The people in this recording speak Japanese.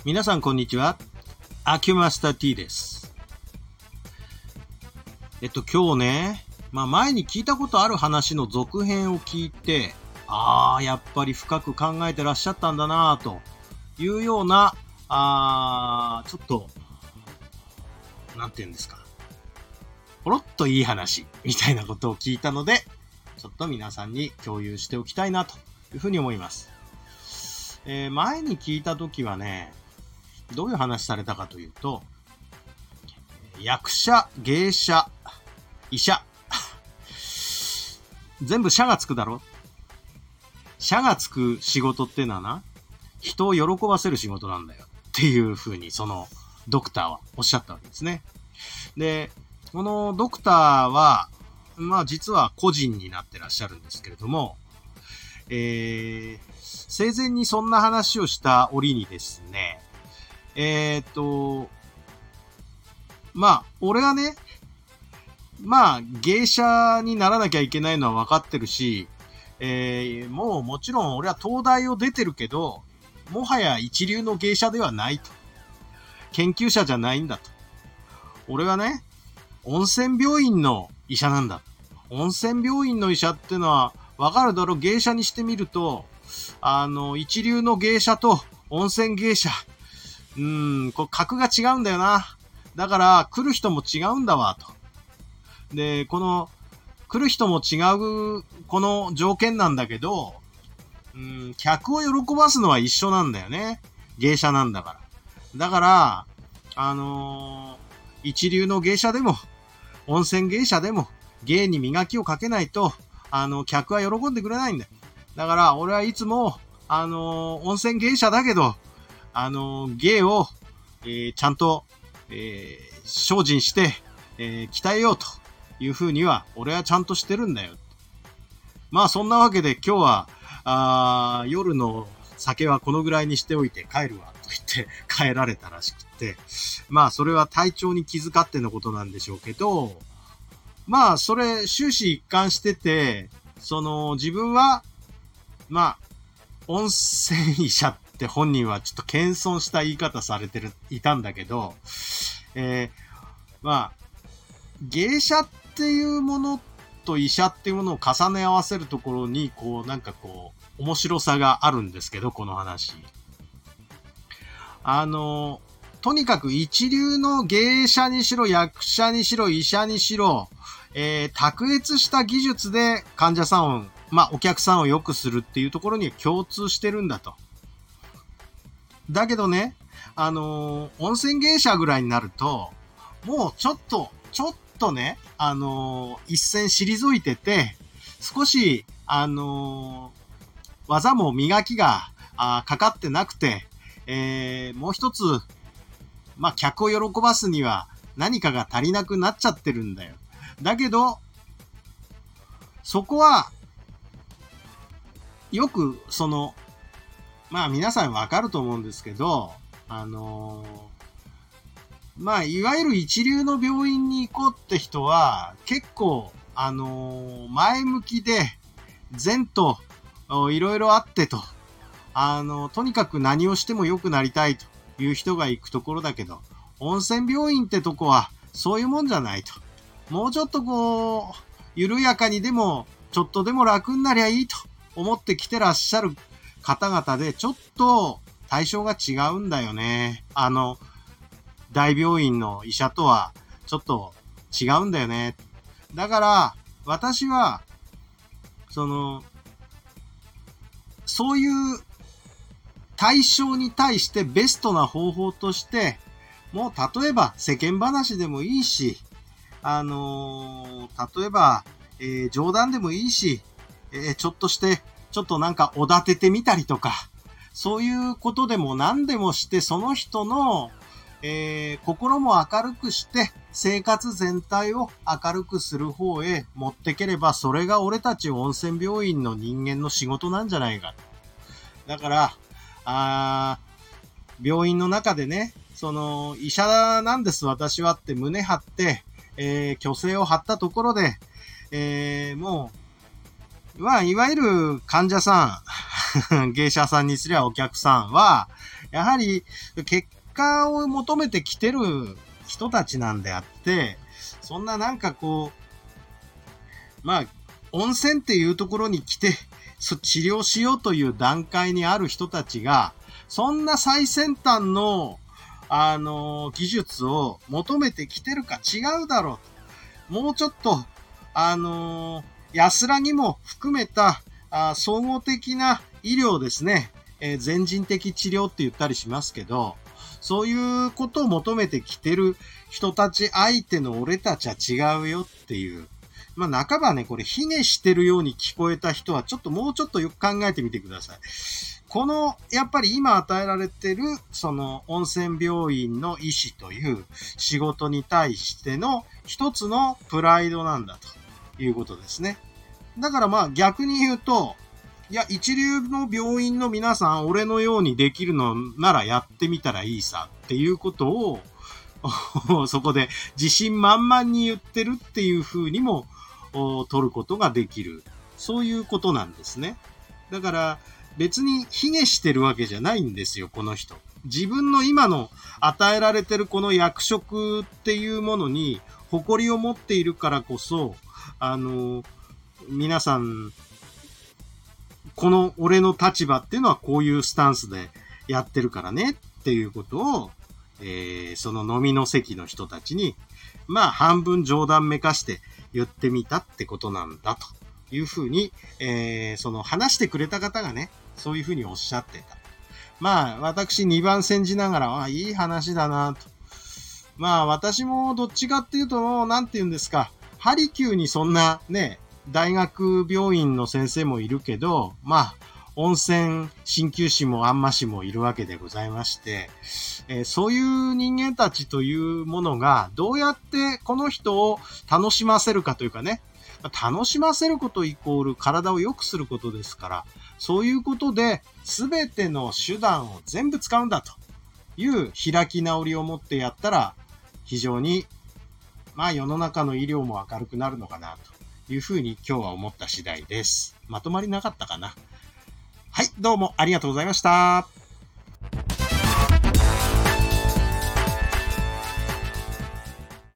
皆さんこんにちは。アキュマスター T です。今日ね、前に聞いたことある話の続編を聞いて、やっぱり深く考えてらっしゃったんだなぁというような、ちょっと、なんて言うんですか。ポロッといい話みたいなことを聞いたので、ちょっと皆さんに共有しておきたいなというふうに思います。前に聞いたときはね、どういう話されたかというと、役者、芸者、医者。全部社がつくだろ。社がつく仕事っていうのはな、人を喜ばせる仕事なんだよっていうふうにそのドクターはおっしゃったわけですね。で、このドクターは、実は個人になってらっしゃるんですけれども、生前にそんな話をした折にですね、俺はね、芸者にならなきゃいけないのは分かってるし、もちろん俺は東大を出てるけど、もはや一流の芸者ではないと。研究者じゃないんだと。俺はね、温泉病院の医者なんだ。温泉病院の医者ってのは分かるだろう。芸者にしてみると、一流の芸者と温泉芸者、格が違うんだよな。だから、来る人も違うんだわ、と。で、来る人も違う、この条件なんだけど、客を喜ばすのは一緒なんだよね。芸者なんだから。だから、一流の芸者でも、温泉芸者でも、芸に磨きをかけないと、客は喜んでくれないんだよ。だから、俺はいつも、温泉芸者だけど、芸を、ちゃんと、精進して、鍛えようというふうには、俺はちゃんとしてるんだよ。そんなわけで今日は、夜の酒はこのぐらいにしておいて帰るわ、と言って帰られたらしくて、それは体調に気遣ってのことなんでしょうけど、それ終始一貫してて、自分は、温泉医者って本人はちょっと謙遜した言い方いたんだけど、芸者っていうものと医者っていうものを重ね合わせるところに、面白さがあるんですけど、この話。とにかく一流の芸者にしろ、役者にしろ、医者にしろ、卓越した技術で患者さんを、お客さんを良くするっていうところに共通してるんだと。だけどね、温泉芸者ぐらいになると、もうちょっとね、一線退いてて、少し、技も磨きがかかってなくて、もう一つ、客を喜ばすには何かが足りなくなっちゃってるんだよ。だけど、そこは、よく、皆さんわかると思うんですけど、いわゆる一流の病院に行こうって人は、結構、前向きで、善と、いろいろあってと、とにかく何をしても良くなりたいという人が行くところだけど、温泉病院ってとこは、そういうもんじゃないと。もうちょっと緩やかにでも、ちょっとでも楽になりゃいいと思って来てらっしゃる方々で、ちょっと対象が違うんだよね。大病院の医者とはちょっと違うんだよね。だから、私は、そういう対象に対してベストな方法として、もう例えば世間話でもいいし、例えば、冗談でもいいし、ちょっとなんかおだててみたりとか、そういうことでも何でもして、その人の、心も明るくして、生活全体を明るくする方へ持ってければ、それが俺たち温泉病院の人間の仕事なんじゃないか。だから、病院の中でね、医者なんです私はって胸張って、虚勢を張ったところで、もう、いわゆる患者さん、芸者さんにすりゃお客さんは、 やはり結果を求めてきてる人たちなんであって、そんななんかこう、まあ、温泉っていうところに来て、治療しようという段階にある人たちが、そんな最先端の、技術を求めてきてるか違うだろう。もうちょっと、安らぎも含めた、総合的な医療ですね。全人的治療って言ったりしますけど、そういうことを求めてきてる人たち相手の俺たちは違うよっていう。まあ、半ばね、これ、卑下してるように聞こえた人は、もうちょっとよく考えてみてください。この、やっぱり今与えられてる、その、温泉病院の医師という仕事に対しての一つのプライドなんだということですね。だからまあ逆に言うと、いや、一流の病院の皆さん、俺のようにできるのならやってみたらいいさっていうことを、そこで自信満々に言ってるっていう風にも取ることができる。そういうことなんですね。だから別に卑下してるわけじゃないんですよ、この人。自分の今の与えられてるこの役職っていうものに誇りを持っているからこそ、皆さん、この俺の立場っていうのはこういうスタンスでやってるからねっていうことを、その飲みの席の人たちに、まあ半分冗談めかして言ってみたってことなんだというふうに、その話してくれた方がね、そういうふうにおっしゃってた。まあ私2番煎じながら、いい話だなと。まあ私もどっちかっていうと、なんて言うんですか、ハリキューにそんなね、大学病院の先生もいるけど、まあ、温泉鍼灸師も安間師もいるわけでございまして、そういう人間たちというものがどうやってこの人を楽しませるかというかね、楽しませることイコール体を良くすることですから、そういうことで全ての手段を全部使うんだという開き直りを持ってやったら、非常に、まあ世の中の医療も明るくなるのかなというふうに今日は思った次第です。まとまりなかったかな。はい、どうもありがとうございました。